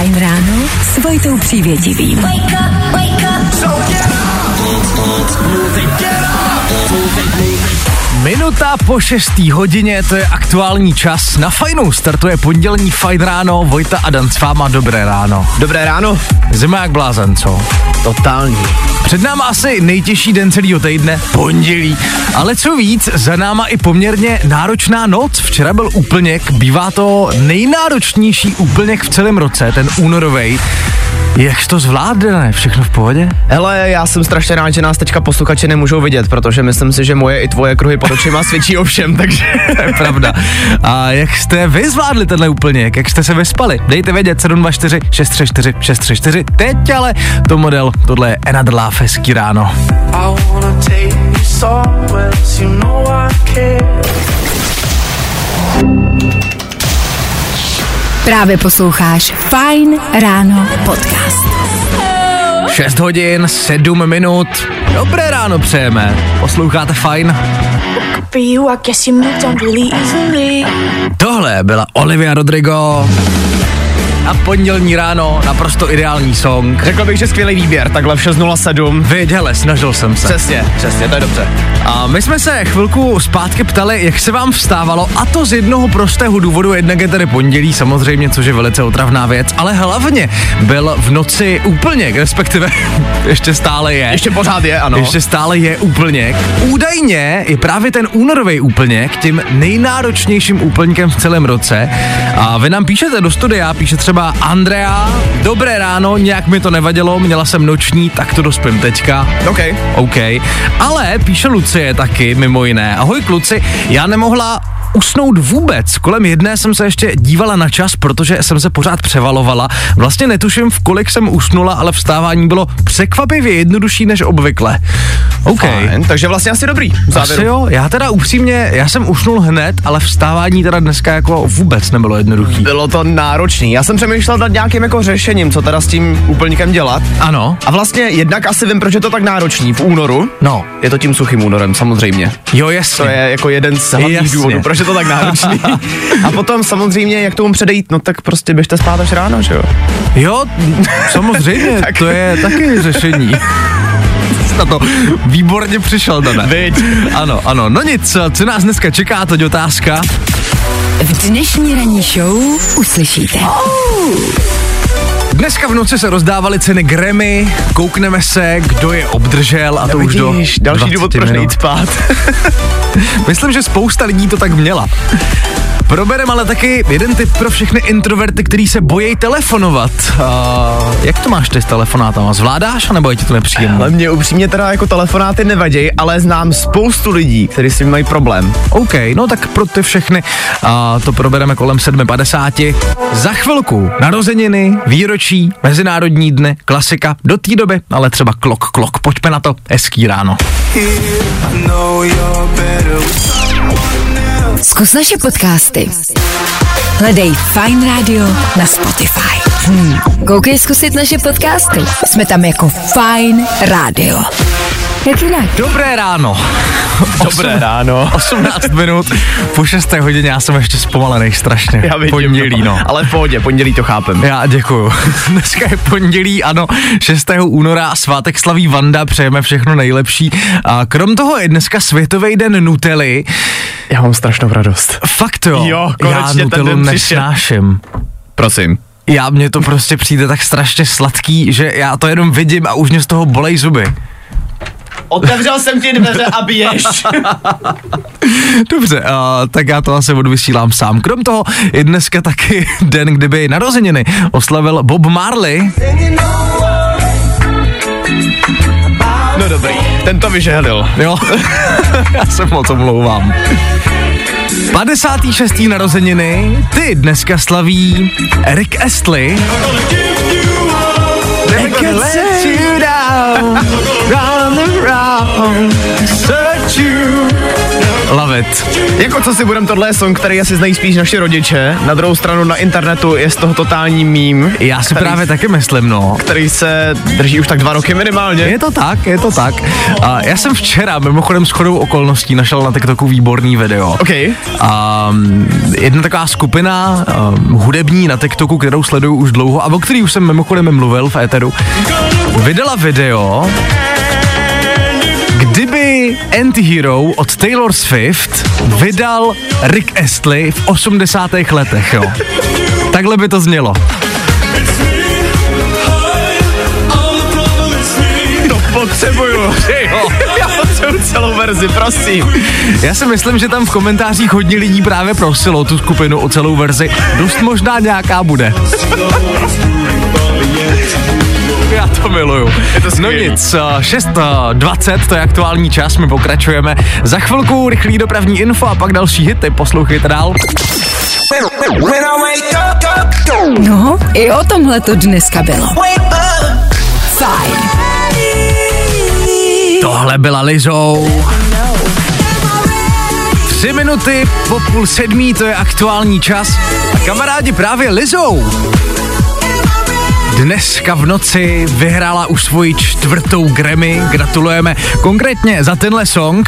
Fajn ráno s Vojtou Přívětivým. Wake up. So get up. Minuta po 6. hodině, to je aktuální čas. Na Fajnu startuje pondělní Fajn ráno. Vojta a Dan s váma, dobré ráno. Dobré ráno. Zima jak blázen, co? Totální. Před náma asi nejtěžší den celého týdne, pondělí. Ale co víc, za náma i poměrně náročná noc. Včera byl úplněk, bývá to nejnáročnější úplněk v celém roce, ten únorovej. Jak jsi to zvládl, ne? Všechno v pohodě? Hele, já jsem strašně rád, že nás teďka posluchači nemůžou vidět, protože myslím si, že moje i tvoje kruhy pod očima svědčí o všem, takže... To je pravda. A jak jste vy zvládli tenhle úplněk? Jak jste se vyspali? Dejte vědět 724 634 634. Teď ale to model, tohle je Another Love, hezký ráno. Právě posloucháš Fajn ráno podcast. 6 hodin, 7 minut. Dobré ráno přejeme. Posloucháte Fajn? Tohle byla Olivia Rodrigo. A pondělní ráno, naprosto ideální song. Řekl bych, že skvělý výběr, takhle v 6:07. Věděle, snažil jsem se. Přesně, to je dobře. A my jsme se chvilku zpátky ptali, jak se vám vstávalo, a to z jednoho prostého důvodu, jednak je tady pondělí samozřejmě, což je velice otravná věc, ale hlavně byl v noci úplněk, respektive ještě stále je. Ještě pořád je, ano. Ještě stále je úplněk. Údajně je právě ten únorový úplněk tím nejnáročnějším úplňkem v celém roce. A vy nám píšete do studia, píše třeba Andrea, dobré ráno, nějak mi to nevadilo, měla jsem noční, tak to dospím teďka. OK. Ale píše Lucie taky, mimo jiné. Ahoj kluci, já nemohla usnout vůbec. Kolem jedné jsem se ještě dívala na čas, protože jsem se pořád převalovala. Vlastně netuším, v kolik jsem usnula, ale vstávání bylo překvapivě jednodušší než obvykle. OK. Fajn, takže vlastně asi dobrý. Asi jo, já teda upřímně, já jsem usnul hned, ale vstávání teda dneska jako vůbec nebylo jednoduchý. Bylo to náročný. Já jsem přemýšlel nad nějakým jako řešením, co teda s tím úplňkem dělat. Ano. A vlastně jednak asi vím, proč je to tak náročný. V únoru. No. Je to tím suchým únorem, samozřejmě. Jo, jasně. To je jako jeden z hlavních důvodů, proč je to tak náročný. A potom samozřejmě, jak tomu předejít, no tak prostě běžte spát až ráno, že jo? Jo, samozřejmě, to je taky řešení. Na to výborně přišel, Dane. Viď. Ano, no nic, co nás dneska čeká, to je otázka. V dnešní ranní show uslyšíte. Dneska v noci se rozdávaly ceny Grammy, koukneme se, kdo je obdržel a to už do další důvod, proč nejít spát. Myslím, že spousta lidí to tak měla. Probereme ale taky jeden tip pro všechny introverty, kteří se bojí telefonovat. Jak to máš ty s telefonátama? Zvládáš, anebo je ti to nepříjemné? Ale mě upřímně teda jako telefonáty nevadí, ale znám spoustu lidí, kteří s tím mají problém. OK, no tak pro ty všechny to probereme kolem 7:50. Za chvilku narozeniny, výročí, mezinárodní dny, klasika, do té doby, ale třeba klok. Pojďme na to, hezký ráno. Zkus naše podcasty. Hledej Fajn Radio na Spotify. Koukej zkusit naše podcasty. Jsme tam jako Fajn Radio. Jak jinak? Dobré ráno. 18 minut po 6. hodině, já jsem ještě zpomalený strašně. Já vidím, pondělí, no. Ale v pohodě, pondělí to chápem. Já děkuju. Dneska je pondělí, ano, 6. února, svátek slaví Vanda, přejeme všechno nejlepší. A krom toho je dneska Světový den Nutelly. Já mám strašnou radost. Fakt jo? Jo, konečně já Nutellu nesnáším. Prosím. Mně to prostě přijde tak strašně sladký, že já to jenom vidím a už mě z toho bolej zuby. Otevřel jsem ti dveře a běž. Dobře, tak já to asi odvysílám sám. Krom toho je dneska taky den, kdyby narozeniny oslavil Bob Marley. No dobrý, ten to vyžehlil. Jo, já se moc omlouvám. 56. narozeniny, ty dneska slaví Rick Astley. Love it. Jako co si budem, tohle je song, který asi znají spíš naši rodiče. Na druhou stranu na internetu je z toho totální meme. Já si právě taky myslím, no. Který se drží už tak 2 roky minimálně. Je to tak. Já jsem včera mimochodem shodou okolností našel na TikToku výborný video. Okay. Jedna taková skupina hudební na TikToku, kterou sleduju už dlouho a o který už jsem mimochodem mluvil v éteru, vydala video, kdyby Antihero od Taylor Swift vydal Rick Astley v 80. letech, jo. Takhle by to znělo. To potřebuju. Já potřebuju celou verzi, prosím. Já si myslím, že tam v komentářích hodně lidí právě prosilo tu skupinu o celou verzi. Dost možná nějaká bude. Já to miluju. No nic, 6:20, to je aktuální čas, my pokračujeme. Za chvilku rychlý dopravní info a pak další hity, poslouchejte dál. No, i o tomhle to dneska bylo. Fajn. Tohle byla Lizou. 3 minuty po 6:30, to je aktuální čas. A kamarádi, právě Lizou dneska v noci vyhrála už svoji 4. Grammy. Gratulujeme konkrétně za tenhle song.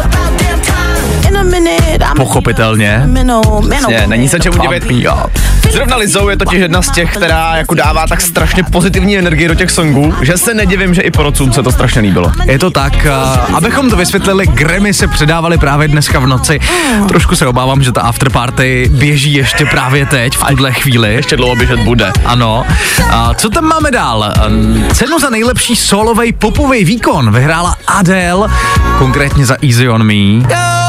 Pochopitelně. Není se čemu divit. Zrovna Lizou je totiž jedna z těch, která jako dává tak strašně pozitivní energii do těch songů, že se nedivím, že i porodcům se to strašně líbilo. Je to tak, abychom to vysvětlili, Grammy se předávaly právě dneska v noci. Trošku se obávám, že ta afterparty běží ještě právě teď, v tuhle chvíli. Ještě dlouho běžet bude. Ano. Co tam máme dál? Cenu za nejlepší solovej popovej výkon vyhrála Adele, konkrétně za Easy on Me.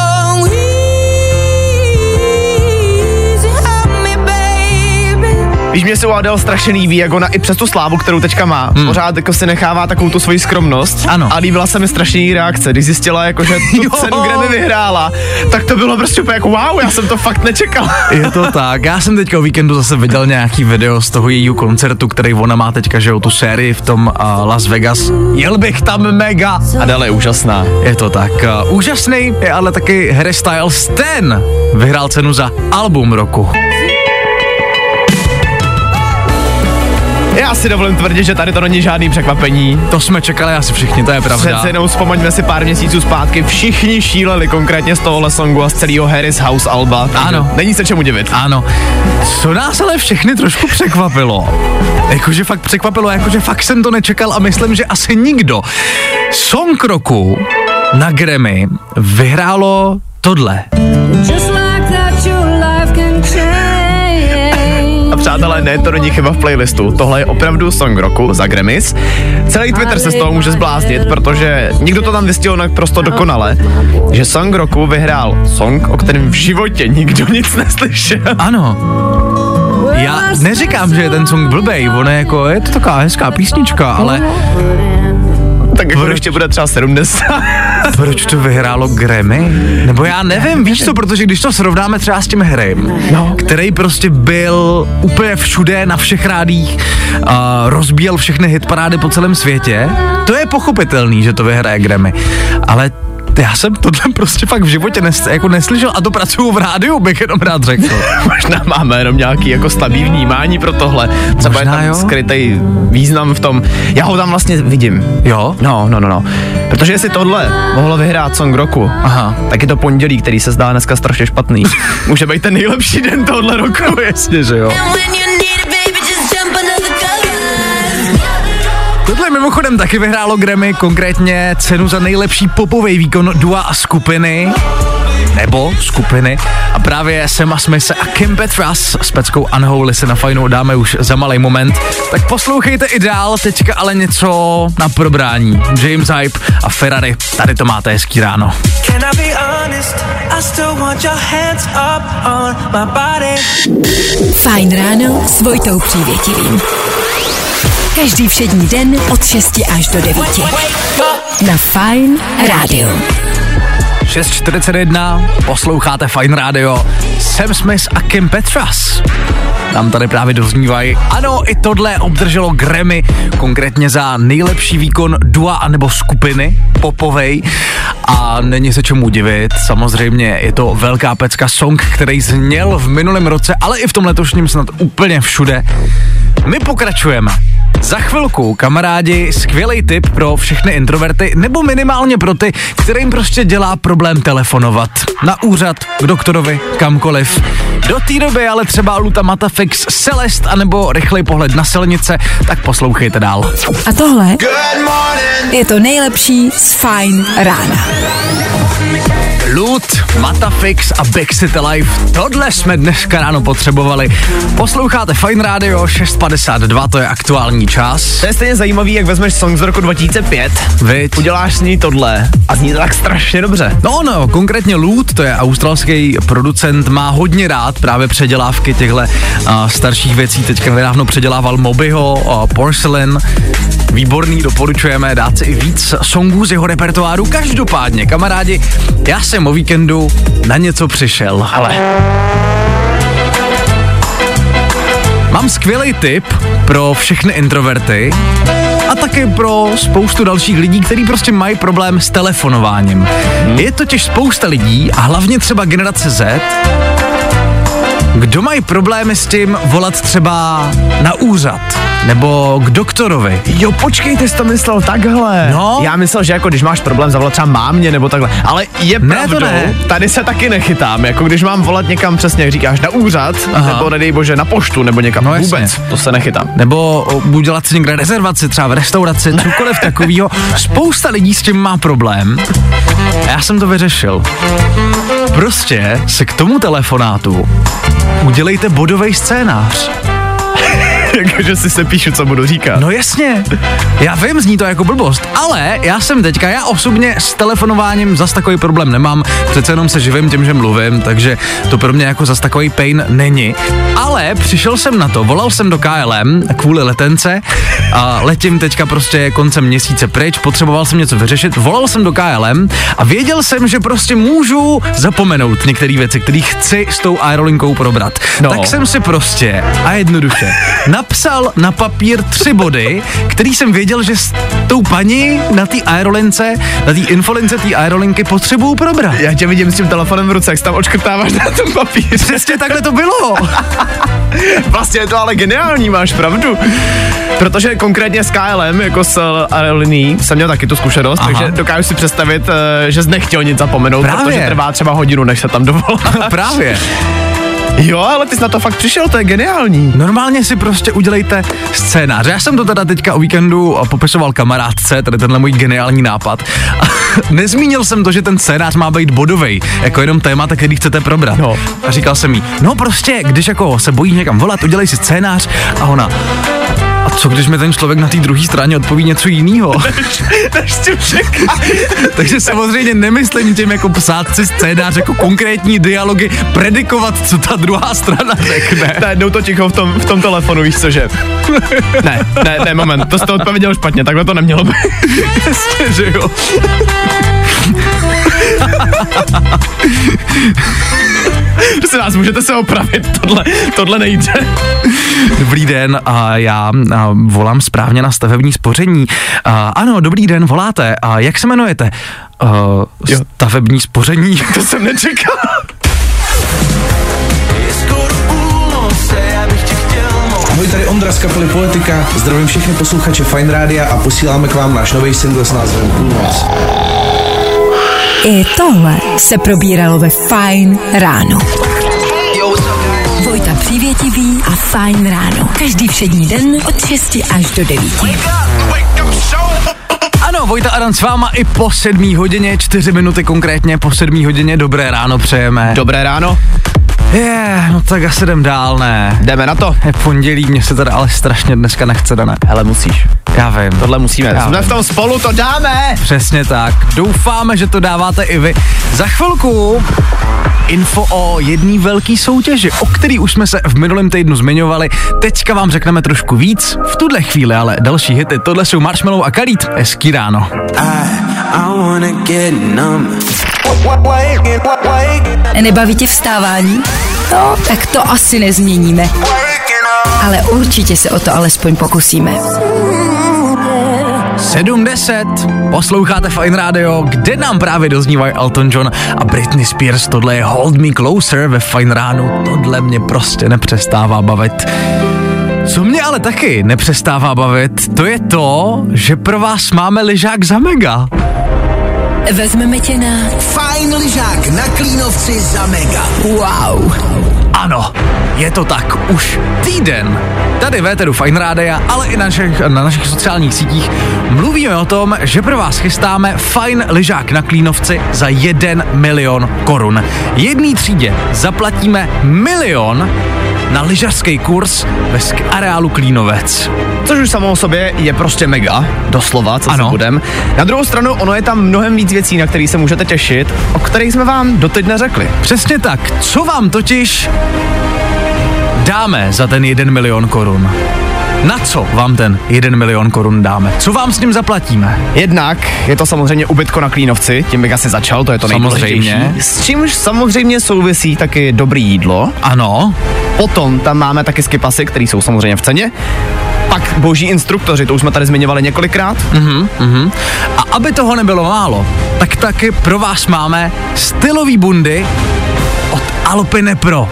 Víš, mě se u Adele strašně líbí, jak ona i přes tu slávu, kterou teďka má, pořád jako si nechává takovou tu svoji skromnost. Ano. A líbila se mi strašně její reakce, když zjistila, jako, že tu cenu Grammy vyhrála, tak to bylo prostě úplně jako wow, já jsem to fakt nečekal. Je to tak, já jsem teďka o víkendu zase viděl nějaký video z toho jejího koncertu, který ona má teďka, že jo, tu sérii v tom Las Vegas. Jel bych tam mega. Adele je úžasná. Je to tak, úžasný je ale taky Harry Styles, ten vyhrál cenu za album roku. Já si dovolím tvrdit, že tady to není žádný překvapení. To jsme čekali asi všichni, to je pravda. Přece jenom vzpomeňme si pár měsíců zpátky, všichni šíleli konkrétně z tohohle songu a z celého Harry's House alba. Ano. Není se čemu divit. Ano. Co nás ale všechny trošku překvapilo, jakože fakt překvapilo, jakože fakt jsem to nečekal a myslím, že asi nikdo. Song roku na Grammy vyhrálo tohle. A přátelé, ne, to není chyba v playlistu. Tohle je opravdu song roku za Grammys. Celý Twitter se z toho může zbláznit, protože nikdo to tam vystihl naprosto dokonale, že song roku vyhrál song, o kterém v životě nikdo nic neslyšel. Ano. Já neříkám, že je ten song blbej, je to taková hezká písnička, ale... Tak jako ještě bude třeba 70. Proč to vyhrálo Grammy? Nebo já nevím, víš co, protože když to srovnáme třeba s tím Harrym, který prostě byl úplně všude, na všech rádích, rozbíjel všechny hitparády po celém světě, to je pochopitelný, že to vyhraje Grammy, ale já jsem tohle prostě fakt v životě neslyšel a to pracuju v rádiu, bych jenom rád řekl. Možná máme jenom nějaký jako slabý vnímání pro tohle. Třeba možná je tam skrytej význam v tom. Já ho tam vlastně vidím. Jo? No. Protože jestli tohle mohlo vyhrát song roku, tak je to pondělí, který se zdá dneska strašně špatný. Může být ten nejlepší den tohle roku, jasně, že jo. Tohle mimochodem taky vyhrálo Grammy, konkrétně cenu za nejlepší popový výkon dua a skupiny. A právě Sama Smithe a Kim Petras s peckou Unholy se na Fajnu dáme už za malej moment. Tak poslouchejte i dál, teďka ale něco na probrání. James Hype a Ferrari, tady to máte hezký ráno. Fajn ráno s Vojtou Přívětivým. Každý všední den od 6 až do 9. Na Fajn rádiu. 6:41, posloucháte Fajn Radio, Sam Smith a Kim Petras. Nám tady právě doznívají. Ano, i tohle obdrželo Grammy, konkrétně za nejlepší výkon dua anebo skupiny popovej. A není se čemu divit, samozřejmě je to velká pecka, song, který zněl v minulém roce, ale i v tom letošním snad úplně všude. My pokračujeme. Za chvilku, kamarádi, skvělý tip pro všechny introverty, nebo minimálně pro ty, kterým prostě dělá problém telefonovat. Na úřad, k doktorovi, kamkoliv. Do té doby ale třeba Luta Matafix, Celest, anebo rychlej pohled na silnice, tak poslouchejte dál. A tohle je to nejlepší z Fajn rána. Lut, Matafix a Big City Life, tohle jsme dneska ráno potřebovali. Posloucháte Fajn Radio, 6:52, to je aktuální čas. To je stejně zajímavý, jak vezmeš song z roku 2005, Viď? uděláš s ní tohle a zní to tak strašně dobře. No, konkrétně Lut, to je australský producent, má hodně rád právě předělávky těchto starších věcí. Teďka nedávno předělával Mobyho, Porcelain. Výborný, doporučujeme dát si i víc songů z jeho repertoáru. Každopádně, kamarádi, já jsem o víkendu na něco přišel. Ale mám skvělý tip pro všechny introverty a taky pro spoustu dalších lidí, kteří prostě mají problém s telefonováním. Je totiž spousta lidí a hlavně třeba generace Z, kdo mají problémy s tím volat třeba na úřad nebo k doktorovi. Jo, počkej, ty jsi to myslel takhle. No. Já myslel, že jako když máš problém zavolat třeba mámě nebo takhle, ale je pravdou, ne. tady se taky nechytám, jako když mám volat někam přesně, jak říkáš, na úřad, nebo nedej bože na poštu, nebo někam, No, vůbec, jasně. to se nechytám. Nebo udělat si někde rezervaci, třeba v restauraci, cokoliv takovýho. Spousta lidí s tím má problém. A já jsem to vyřešil. Prostě se k tomu telefonátu udělejte bodový scénář. Jakože si se píšu, co budu říkat. No jasně, já vím, zní to jako blbost, ale já osobně s telefonováním zas takový problém nemám, přece jenom se živím tím, že mluvím, takže to pro mě jako zas takový pain není. Ale přišel jsem na to, volal jsem do KLM kvůli letence a letím teďka prostě koncem měsíce pryč, potřeboval jsem něco vyřešit, volal jsem do KLM a věděl jsem, že prostě můžu zapomenout některé věci, které chci s tou aerolinkou probrat. No. Tak jsem si prostě a jednoduše napsal na papír 3 body, který jsem věděl, že s tou paní na té aerolince, na té infolince té aerolinky potřebuju probrat. Já tě vidím s tím telefonem v ruce, jak se tam odškrtáváš na tom papíře. Přesně takhle to bylo. Vlastně je to ale geniální, máš pravdu. Protože konkrétně s KLM, jako s aeroliní, jsem měl taky tu zkušenost, takže dokážu si představit, že jsi nechtěl nic zapomenout, Právě. protože trvá třeba hodinu, než se tam dovoláš. Právě. Jo, ale ty jsi na to fakt přišel, to je geniální. Normálně si prostě udělejte scénář. Já jsem to teda teďka o víkendu popisoval kamarádce, tady tenhle můj geniální nápad. A nezmínil jsem to, že ten scénář má být bodovej, jako jenom témata, který chcete probrat. No. A říkal jsem jí, no prostě, když jako se bojíš někam volat, udělej si scénář. A ona, a co když mi ten člověk na té druhé straně odpoví něco jiného? Než tím čeká. Takže samozřejmě nemyslím tím jako psát si scénář, jako konkrétní dialogy, predikovat, co ta druhá strana řekne. Najednou to ticho v tom telefonu, víš co, že? Ne, moment, to jste odpověděl špatně, takhle to nemělo být. Jasně, že jo. Prosím vás, můžete se opravit, tohle nejde. Dobrý den, já volám správně na stavební spoření. Ano, dobrý den, voláte. Jak se jmenujete? Stavební spoření. To jsem nečekal. Ahoj, tady Ondra z kapely Politika, zdravím všechny posluchače Fajn Rádia a posíláme k vám náš nový single s názvem Půlnoc. I tohle se probíralo ve Fajn ráno. Vojta Přívětivý a Fajn ráno. Každý všední den od 6 až do 9. Ano, Vojta Adam s váma i po 7 hodině, 4 minuty konkrétně po 7 hodině. Dobré ráno přejeme. Dobré ráno. No tak asi jdem dál, ne? Jdeme na to. Je pondělí, mě se teda ale strašně dneska nechce, ne? Hele, musíš. Já vím. Tohle musíme. Já Jsme vím. v tom spolu, to dáme. Přesně tak. Doufáme, že to dáváte i vy. Za chvilku info o jedné velké soutěži, o který už jsme se v minulém týdnu zmiňovali. Teďka vám řekneme trošku víc. V tuhle chvíli ale další hity. Tohle jsou Marshmello a Khalid. Hezký ráno. Nebaví tě vstávání? No, tak to asi nezměníme. Ale určitě se o to alespoň pokusíme. 7:10, posloucháte Fajn Radio, kde nám právě doznívají Elton John a Britney Spears. Tohle je Hold Me Closer ve Fajn ránu. Tohle mě prostě nepřestává bavit. Co mě ale taky nepřestává bavit, to je to, že pro vás máme lyžák za mega. Vezmeme tě na Fajn lyžák na Klínovci za mega. wow. Ano, je to tak, už týden. Tady v éteru Fajn Rádia, ale i na našich sociálních sítích mluvíme o tom, že pro vás chystáme fajn lyžák na Klínovci za 1 milion korun. Jedné třídě zaplatíme 1 000 000 na lyžařský kurz ve areálu Klínovec. Což už samo o sobě je prostě mega, doslova, co ano. si budem. Na druhou stranu, ono je tam mnohem víc věcí, na které se můžete těšit, o kterých jsme vám doteď neřekli. Přesně tak, co vám totiž dáme za ten 1 milion korun? Na co vám ten 1 milion korun dáme? Co vám s ním zaplatíme? Jednak je to samozřejmě ubytko na Klínovci, tím bych asi začal, to je to nejdůležitější. Samozřejmě. S čímž samozřejmě souvisí taky dobrý jídlo. Ano. Potom tam máme taky skipasy, které jsou samozřejmě v ceně. Pak boží instruktoři, to už jsme tady zmiňovali několikrát. A aby toho nebylo málo, tak taky pro vás máme stylový bundy od Alpine Pro.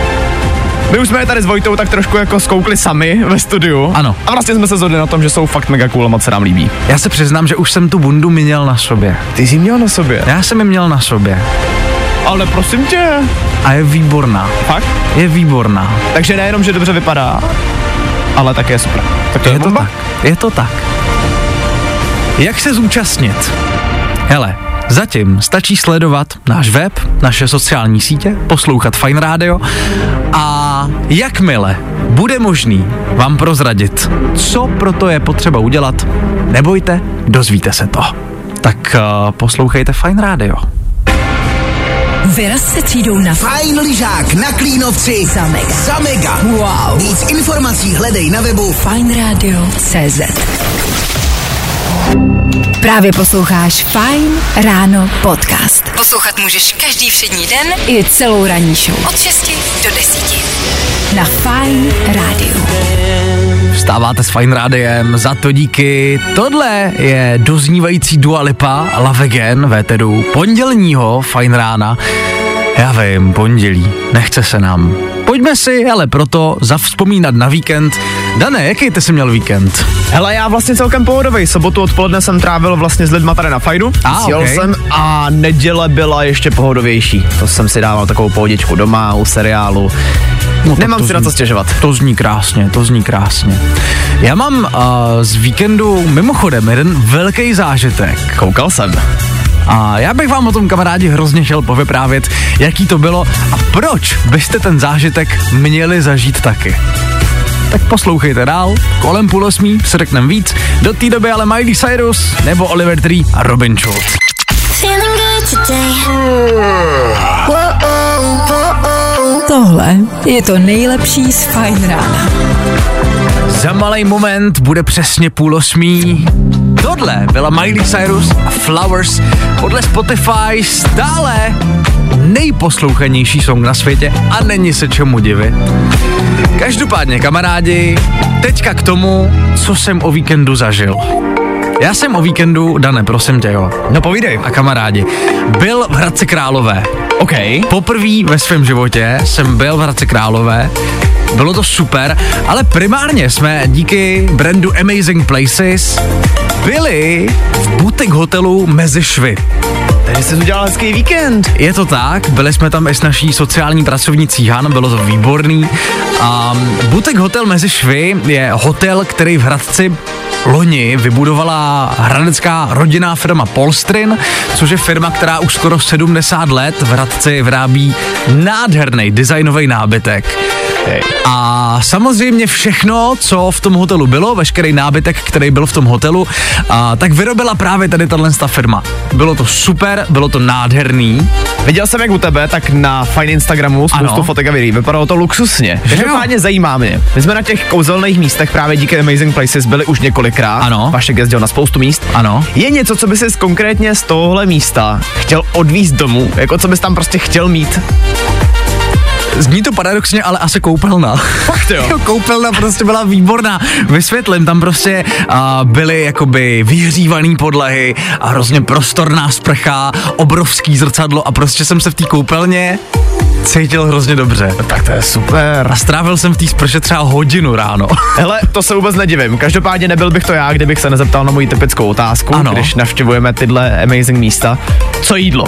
My už jsme je tady s Vojtou tak trošku jako zkoukli sami ve studiu. Ano. A vlastně jsme se shodli na tom, že jsou fakt mega cool a moc se nám líbí. Já se přiznám, že už jsem tu bundu měl na sobě. Ty jsi měl na sobě. Já jsem ji měl na sobě. Ale prosím tě. A je výborná. Fakt? Je výborná. Takže nejenom, že dobře vypadá, ale také je super. Tak to Je to tak. Je to tak. Jak se zúčastnit? Hele, zatím stačí sledovat náš web, naše sociální sítě, poslouchat Fajn Radio a jakmile bude možný vám prozradit, co proto je potřeba udělat, nebojte, dozvíte se to. Tak poslouchejte Fajn Radio. Vyraz se třídou na Fajn lyžák na Klínovci za mega. za mega. Wow. Víc informací hledej na webu fajnradio.cz. Právě posloucháš Fajn ráno podcast. Poslouchat můžeš každý všední den i celou ranní show. Od 6 do 10. Na Fajn rádiu. Vstáváte s Fajn Rádiem, za to díky. Tohle je doznívající Dua Lipa, Love Again, véteru pondělního Fajn rána. Já vím, pondělí, nechce se nám. Pojďme si ale proto zavzpomínat na víkend. Dane, jaký ty jsi měl víkend? Hele, já vlastně celkem pohodovej. Sobotu odpoledne jsem trávil vlastně s lidma tady na Fajnu. Sjel okay. jsem a neděle byla ještě pohodovější. To jsem si dával takovou pohodičku doma, u seriálu. No, nemám si na co stěžovat. To zní krásně. Já mám z víkendu mimochodem jeden velký zážitek. Koukal jsem. A já bych vám o tom, kamarádi, hrozně chtěl povyprávět, jaký to bylo a proč byste ten zážitek měli zažít taky. Tak poslouchejte dál, kolem 7:30 se řekneme víc, do té doby ale Miley Cyrus nebo Oliver Tree a Robin Schulz. Tohle je to nejlepší z Fajn rána. Za malej moment bude přesně 7:30. Tohle byla Miley Cyrus a Flowers, podle Spotify stále nejposlouchanější song na světě a není se čemu divit. Každopádně, kamarádi, teďka k tomu, co jsem o víkendu zažil. Já jsem o víkendu, Dane, prosím tě, jo. No povídej. A kamarádi, byl v Hradci Králové. OK. Poprvé ve svém životě jsem byl v Hradci Králové. Bylo to super, ale primárně jsme díky brandu Amazing Places byli v butik hotelu Mezi švy. Takže jsi udělal hezký víkend. Je to tak, byli jsme tam i s naší sociální pracovnicí Han, bylo to výborný. A butik hotel Mezi švy je hotel, který v Hradci loni vybudovala hradecká rodinná firma Polstrin, což je firma, která už skoro 70 let v Hradci vyrábí nádherný designový nábytek. Okay. A samozřejmě všechno, co v tom hotelu bylo, veškerý nábytek, který byl v tom hotelu, tak vyrobila právě tady tato firma. Bylo to super, bylo to nádherný. Viděl jsem jak u tebe, tak na fajn Instagramu spoustu fotek a videí. Vypadalo to luxusně. Každopádně zajímá mě. My jsme na těch kouzelných místech právě díky Amazing Places byli už několikrát. Ano. Vašek jezdil na spoustu míst. Ano. Je něco, co by si konkrétně z tohohle místa chtěl odvízt domů? Jako co bys tam prostě chtěl mít? Zní to paradoxně, ale asi koupelna. Fakt jo. Koupelna prostě byla výborná. Vysvětlím, tam prostě byly jakoby vyhřívaný podlahy a hrozně prostorná sprcha, obrovský zrcadlo a prostě jsem se v té koupelně cítil hrozně dobře. Tak to je super. A strávil jsem v té sprše třeba hodinu ráno. Hele, to se vůbec nedivím. Každopádně nebyl bych to já, kdybych se nezeptal na moji typickou otázku, když navštěvujeme tyhle amazing místa. Co jídlo?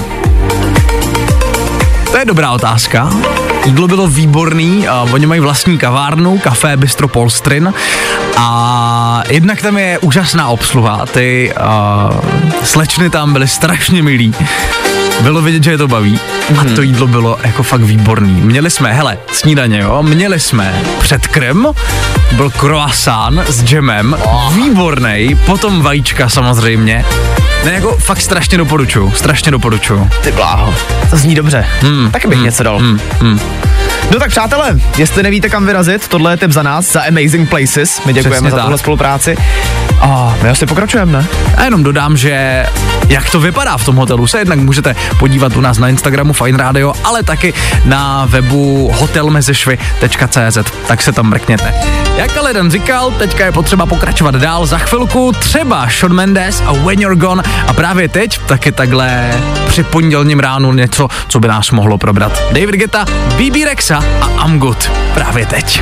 To je dobrá otázka. Jídlo bylo výborný, oni mají vlastní kavárnu, Café Bistro Polstrin a jednak tam je úžasná obsluha, ty slečny tam byly strašně milí. Bylo vidět, že je to baví a to jídlo bylo jako fakt výborný. Měli jsme, snídaně, měli jsme předkrm, byl croissant s džemem, výbornej, potom vajíčka samozřejmě. Ne, jako fakt strašně doporučuju. Ty bláho, to zní dobře. Taky bych něco dal. No tak přátelé, jestli nevíte kam vyrazit, tohle je tip za nás, za Amazing Places. My děkujeme Přesně za tuhle spolupráci. A my asi pokračujeme, ne? A jenom dodám, že jak to vypadá v tom hotelu, se jednak můžete podívat u nás na Instagramu Fajn Radio, ale taky na webu hotelmezešvy.cz, tak se tam mrkněte. Jak ale Dan říkal, teďka je potřeba pokračovat dál, za chvilku třeba Shawn Mendes a When You're Gone a právě teď taky takhle při pondělním ránu něco, co by nás mohlo probrat. David Guetta, BB Rexa a I'm Good právě teď.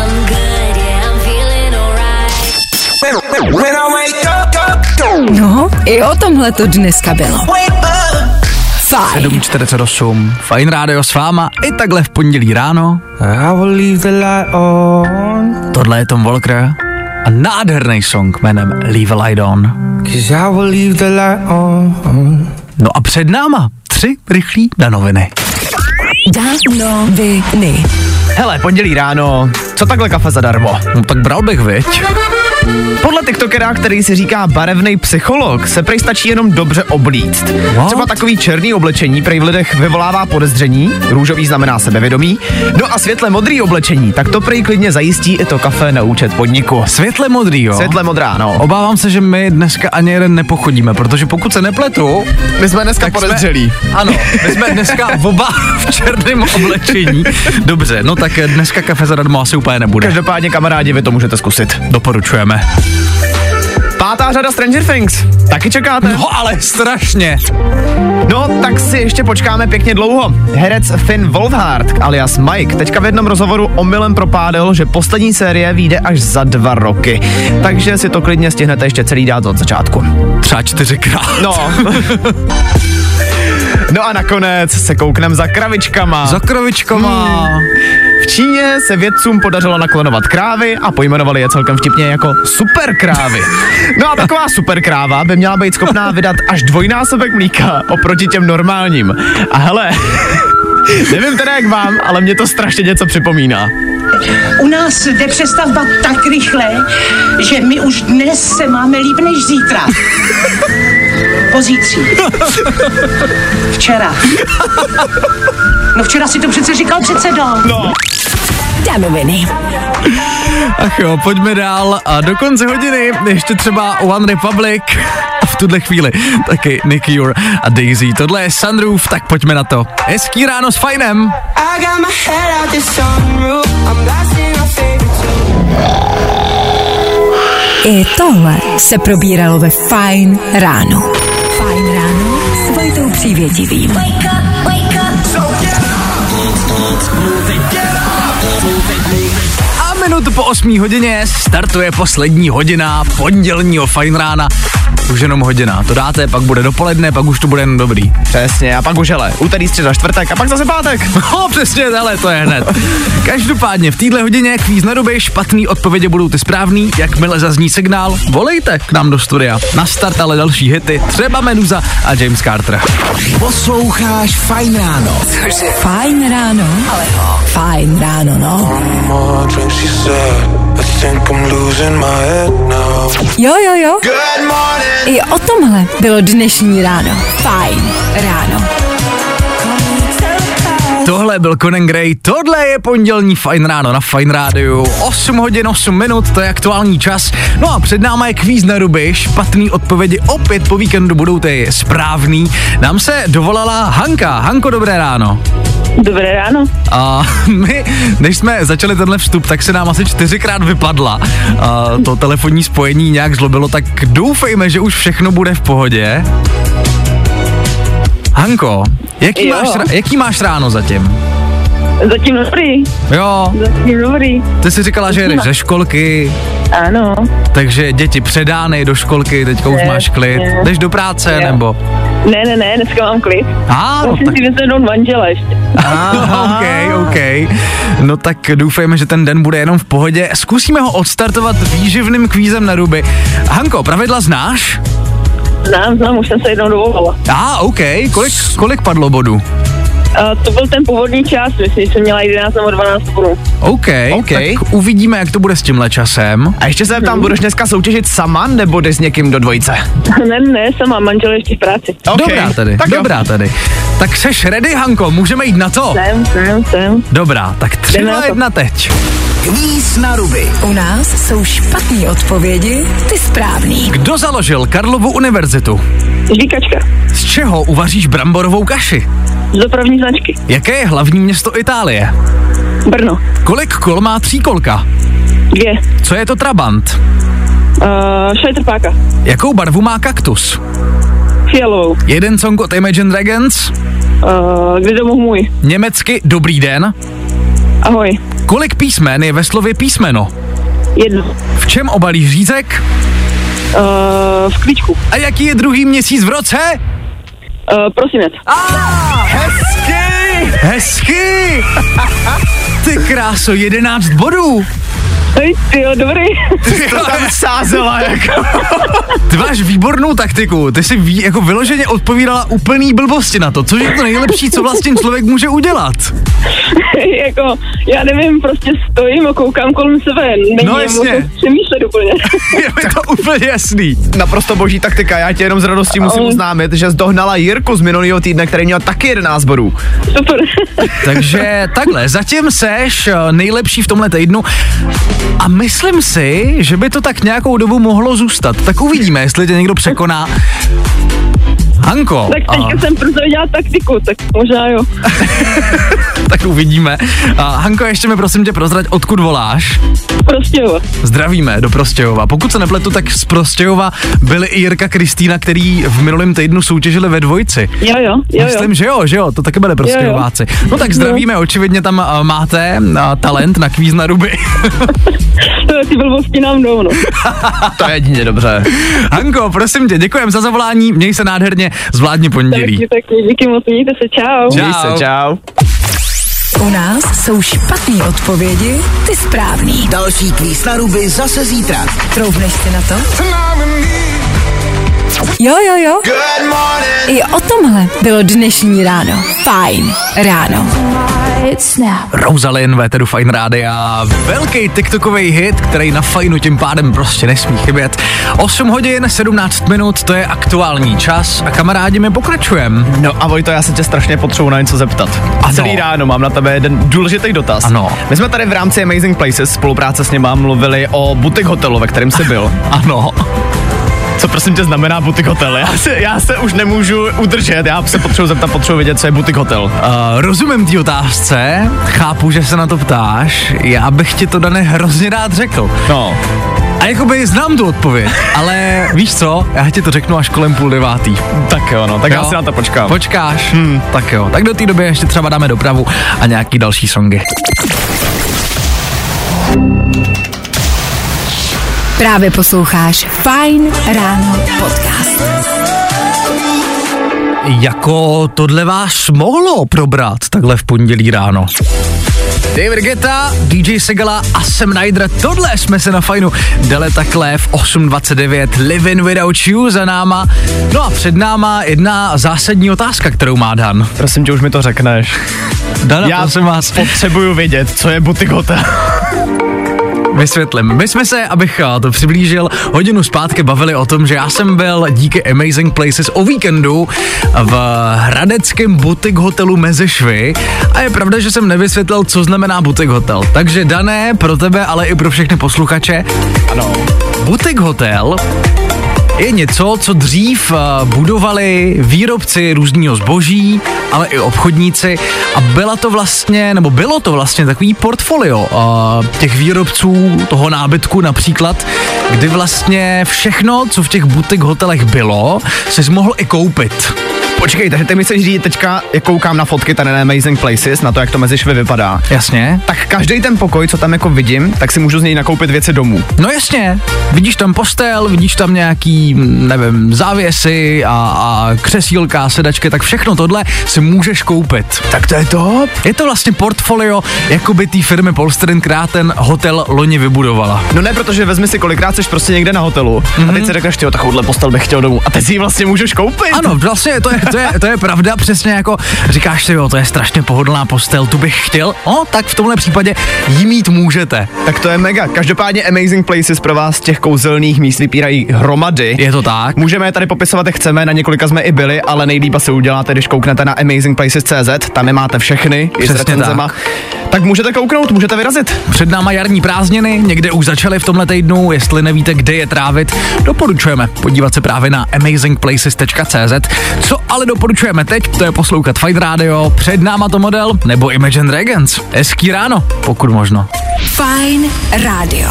No, i o tomhle to dneska bylo. Fajn. 7:48, Fajn rádio s váma i takhle v pondělí ráno. Tohle je Tom Walker a nádherný song jménem Leave a Light On. No a před náma 3 rychlí danoviny. Danoviny. Hele, pondělí ráno, co takhle kafe zadarmo? No tak bral bych, viď? Podle tiktokera, který si říká barevnej psycholog, se prej stačí jenom dobře oblíct. Třeba takový černý oblečení prej v lidech vyvolává podezření, růžový znamená sebevědomí, no a světle modrý oblečení, tak to prej klidně zajistí i to kafe na účet podniku. Světle modrý, jo? Světle modrá, no. Obávám se, že my dneska ani jeden nepochodíme, protože pokud se nepletu... My jsme dneska podezřelí. Ano, my jsme dneska oba v černém oblečení. Dobře, no tak dneska kafe zadarmo asi úplně nebude. Každopádně kamarádi, vy to můžete zkusit. Doporučujeme. 5. řada Stranger Things. Taky čekáte? No ale strašně. No, tak si ještě počkáme pěkně dlouho. Herec Finn Wolfhard, alias Mike, teďka v jednom rozhovoru omylem propádal, že poslední série vyjde až za 2 roky. Takže si to klidně stihnete ještě celý dát od začátku. Třeba 4krát. No. No a nakonec se kouknem za kravičkama. Za kravičkama. V Číně se vědcům podařilo naklonovat krávy a pojmenovali je celkem vtipně jako superkrávy. No a taková superkráva by měla být schopná vydat až 2násobek mlíka oproti těm normálním. A hele, nevím teda jak vám, ale mě to strašně něco připomíná. U nás jde přestavba tak rychle, že my už dnes se máme líp než zítra. Pozítří. Včera. No včera si to přece říkal předsedo. No. Danoviny. Ach jo, pojďme dál a do konce hodiny ještě třeba One Republic a v tuhle chvíli taky Nick Cure a Daisy. Tohle je Sunroof, tak pojďme na to. Hezký ráno s Fajnem. I tohle se probíralo ve Fajn ráno. Fajn ráno s Vojtou Přívětivým. A minutu po 8 hodině startuje poslední hodina pondělního Fajn rána. Už jenom hodina, to dáte, pak bude dopoledne, pak už to bude jen dobrý. Přesně, a pak už hele, úterý, středa, čtvrtek a pak zase pátek. No přesně, hele, to je hned. Každopádně v téhle hodině kvíz na doby, špatný odpovědi budou ty správný, jakmile zazní signál, volejte k nám do studia. Na start ale další hity, třeba Meduza a James Carter. Posloucháš Fajn ráno. Cože? Fajn ráno? Ale fajn ráno, no. Jo. I o tomhle bylo dnešní ráno. Fajn ráno. Tohle byl Conan Gray, tohle je pondělní Fajn ráno na Fajn rádiu. 8 hodin 8 minut, to je aktuální čas. No a před náma je kvíz na ruby, špatný odpovědi opět po víkendu budou ty správný. Nám se dovolala Hanka. Hanko, dobré ráno. Dobré ráno. A my, než jsme začali tenhle vstup, tak se nám asi 4krát vypadla. To telefonní spojení nějak zlobilo, tak doufejme, že už všechno bude v pohodě. Hanko, jaký máš ráno zatím? Zatím dobrý. Jo. Zatím dobrý. Ty jsi říkala, že jdeš ze školky. Ano. Takže děti předány do školky, teďka už máš klid. Jdeš do práce, nebo? Ne, dneska mám klid. Musím si vyzvednout manžela ještě. OK. No tak doufejme, že ten den bude jenom v pohodě. Zkusíme ho odstartovat výživným kvízem na ruby. Hanko, pravidla znáš? Znám, už jsem se jednou dovolala. OK. Kolik padlo bodů? To byl ten původní čas, myslím, že jsem měla 11 nebo 12 bodů. OK, tak uvidíme, jak to bude s tímhle časem. A ještě se tam budeš dneska soutěžit sama, nebo jdeš s někým do dvojice? Ne, sama, manžel ještě v práci. Okay. Dobrá tady. Tak seš ready, Hanko, můžeme jít na to? Jsem. Dobrá, tak 3-1 teď. Kvíz na ruby. U nás jsou špatný odpovědi, ty správný. Kdo založil Karlovu univerzitu? Žvíkačka. Z čeho uvaříš bramborovou kaši? Z dopravní značky. Jaké je hlavní město Itálie? Brno. Kolik kol má tříkolka? 2. Co je to trabant? Šajtrpáka. Jakou barvu má kaktus? Fialovou. Jeden song od Imagine Dragons? Kdy domů můj. Německy dobrý den? Ahoj. Kolik písmen je ve slově písmeno? 1. V čem obalí řízek? V klíčku. A jaký je druhý měsíc v roce? Prosinec. Hezky! Ty kráso, 11 bodů. Hej, tyjo, dobrý. Ty to tam sázela, jako. Ty máš výbornou taktiku, ty si jako vyloženě odpovídala úplný blbosti na to, což je to nejlepší, co vlastně člověk může udělat. Jako, já nevím, prostě stojím a koukám kolem sebe, No jasně. Přemýšlet úplně. Je mi to úplně jasný. Naprosto boží taktika, já ti jenom s radostí musím oznámit, že zdohnala Jirku z minulého týdne, který měl taky 11 bodů. Super. Takže takhle, zatím seš nejlepší v tomhle týdnu a myslím si, že by to tak nějakou dobu mohlo zůstat. Tak uvidíme, jestli tě někdo překoná. Hanko. Tak teďka jsem prozradila taktiku, tak možná jo. Tak uvidíme. Hanko, ještě mi prosím tě prozrať, odkud voláš? Prostějova. Zdravíme do Prostějova. Pokud se nepletu, tak z Prostějova byli i Jirka Kristýna, který v minulém týdnu soutěžili ve dvojici. Jo. Myslím, že jo, to taky byli Prostějováci. No tak zdravíme, očividně tam máte talent na kvíz na ruby. Ty blbosti nám jdou, no. To je jedině dobře. Hanko, prosím tě, děkujem za zavolání, měj se nádherně, zvládni pondělí. Taky, díky moc, mějte se, čau. Měj se, čau. U nás jsou špatný odpovědi, ty správný. Další kvíz na ruby zase zítra. Troufneš si na to? Jo. I o tomhle bylo dnešní ráno. Fajn ráno. Rosalind, véteru Fajn rádia, velký tiktokový hit, který na Fajnu tím pádem prostě nesmí chybět. 8 hodin, 17 minut, to je aktuální čas a kamarádi, my pokračujeme. No a Vojto, já se tě strašně potřebuji na něco zeptat. A celý ráno mám na tebe jeden důležitý dotaz. Ano. My jsme tady v rámci Amazing Places, spolupráce s nima, mluvili o butik hotelu, ve kterém jsi byl. Ano. Co prosím tě znamená butik hotel? Já se už nemůžu udržet, já se potřebuji vědět, co je butik hotel. Rozumím té otázce, chápu, že se na to ptáš, já bych ti to, Dane, hrozně rád řekl. No. A jakoby znám tu odpověď, ale víš co, já ti to řeknu až kolem 8:30. Tak jo, no, tak jo? Já si na to počkám. Počkáš? Tak jo, tak do té doby ještě třeba dáme dopravu a nějaký další songy. Právě posloucháš Fajn ráno podcast. Jako tohle vás mohlo probrat takhle v pondělí ráno. David Guetta, DJ Segala a Sam Ryder, tohle jsme se na Fajnu dali takhle v 8:29, Living Without You za náma. No a před náma jedna zásadní otázka, kterou má Dan. Prosím tě, už mi to řekneš. Dana, já prosím vás. Potřebuju vědět, co je Butik Hotel. Vysvětlím. My jsme se, abych to přiblížil, hodinu zpátky bavili o tom, že já jsem byl díky Amazing Places o víkendu v hradeckém Butik Hotelu Mezešvy a je pravda, že jsem nevysvětlil, co znamená Butik Hotel. Takže Dané, pro tebe, ale i pro všechny posluchače. Ano. Butik Hotel je něco, co dřív budovali výrobci různého zboží, ale i obchodníci a bylo to vlastně takový portfolio těch výrobců toho nábytku například, kdy vlastně všechno, co v těch butik hotelech bylo, jsi mohl i koupit. Počkej, takže ty mi chceš říct, teďka, jak koukám na fotky tady na Amazing Places, na to, jak to Mezešvy vypadá. Jasně. Tak každý ten pokoj, co tam jako vidím, tak si můžu z něj nakoupit věci domů. No jasně, vidíš tam postel, vidíš tam nějaký, nevím, závěsy a křesílka, sedačky, tak všechno tohle si můžeš koupit. Tak to je top. Je to vlastně portfolio, jakoby té firmy Polstrin, která ten hotel loni vybudovala. No ne, protože vezmi si, kolikrát jsi prostě někde na hotelu a teď si řekneš, tyjo, takovouhle postel bych chtěl domů a teď si ji vlastně můžeš koupit. Ano, vlastně to je pravda, přesně jako říkáš si, jo, to je strašně pohodlná postel, tu bych chtěl, tak v tomhle případě jí mít můžete. Tak to je mega. Každopádně Amazing Places pro vás těch kouzelných míst vypírají hromady. Je to tak. Můžeme je tady popisovat, jak chceme, na několika jsme i byli, ale nejlíp asi uděláte, když kouknete na amazingplaces.cz, tam je máte všechny, i s recenzema. Tak můžete kouknout, můžete vyrazit. Před náma jarní prázdniny, někde už začaly v tomhle týdnu, jestli nevíte, kde je trávit, doporučujeme podívat se právě na amazingplaces.cz. Co ale doporučujeme teď, to je poslouchat Fajn Radio, před náma to model, nebo Imagine Dragons. Hezký ráno, pokud možno. Fajn Radio.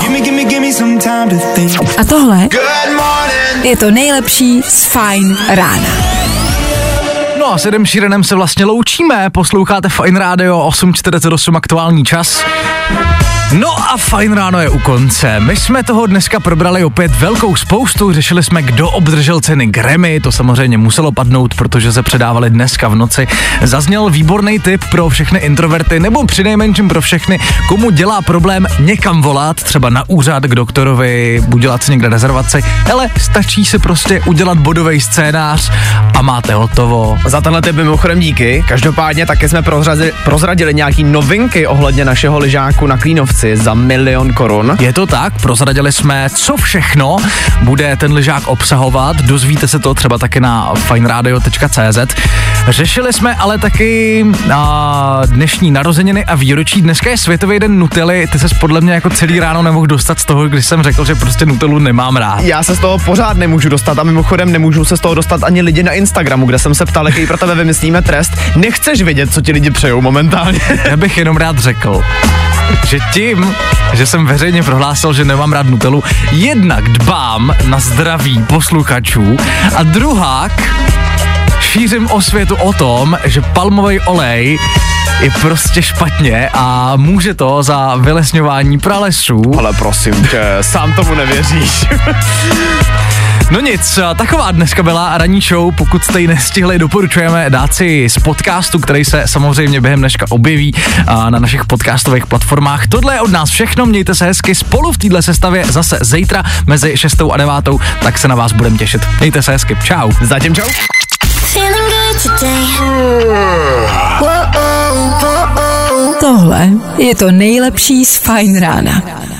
A tohle je to nejlepší z Fajn rána. No a s Edem Sheeranem se vlastně loučíme, posloucháte Fajn Radio, 8:48 aktuální čas. No a Fajn ráno je u konce. My jsme toho dneska probrali opět velkou spoustu, řešili jsme, kdo obdržel ceny Grammy, to samozřejmě muselo padnout, protože se předávali dneska v noci. Zazněl výborný tip pro všechny introverty, nebo přinejmenším pro všechny, komu dělá problém někam volat, třeba na úřad k doktorovi, udělat si někde rezervaci, ale stačí si prostě udělat bodový scénář a máte hotovo. Za tenhle tip mimochodem díky. Každopádně také jsme prozradili nějaký novinky ohledně našeho lyžáku na Klínovci za 1 000 000 korun. Je to tak, prozradili jsme, co všechno bude ten lyžák obsahovat, dozvíte se to třeba taky na fajnradio.cz. Řešili jsme ale taky dnešní narozeniny a výročí. Dneska je Světový den Nutelly, ty ses podle mě jako celý ráno nemohl dostat z toho, když jsem řekl, že prostě Nutellu nemám rád. Já se z toho pořád nemůžu dostat a mimochodem nemůžu se z toho dostat ani lidi na Instagramu, kde jsem se ptal, jaký pro tebe vymyslíme trest. Nechceš vědět, co ti lidi přejou momentálně. Já bych jenom rád řekl, že tím, že jsem veřejně prohlásil, že nemám rád Nutellu, jednak dbám na zdraví posluchačů a druhák šířím osvětu o tom, že palmový olej je prostě špatně a může to za vylesňování pralesů. Ale prosím tě, sám tomu nevěříš. No nic, taková dneska byla ranní show, pokud jste ji nestihli, doporučujeme dát si z podcastu, který se samozřejmě během dneška objeví na našich podcastových platformách. Tohle je od nás všechno, mějte se hezky, spolu v téhle sestavě zase zítra mezi 6. a 9. tak se na vás budeme těšit. Mějte se hezky, čau. Zatím čau. Tohle je to nejlepší z Fajn rána.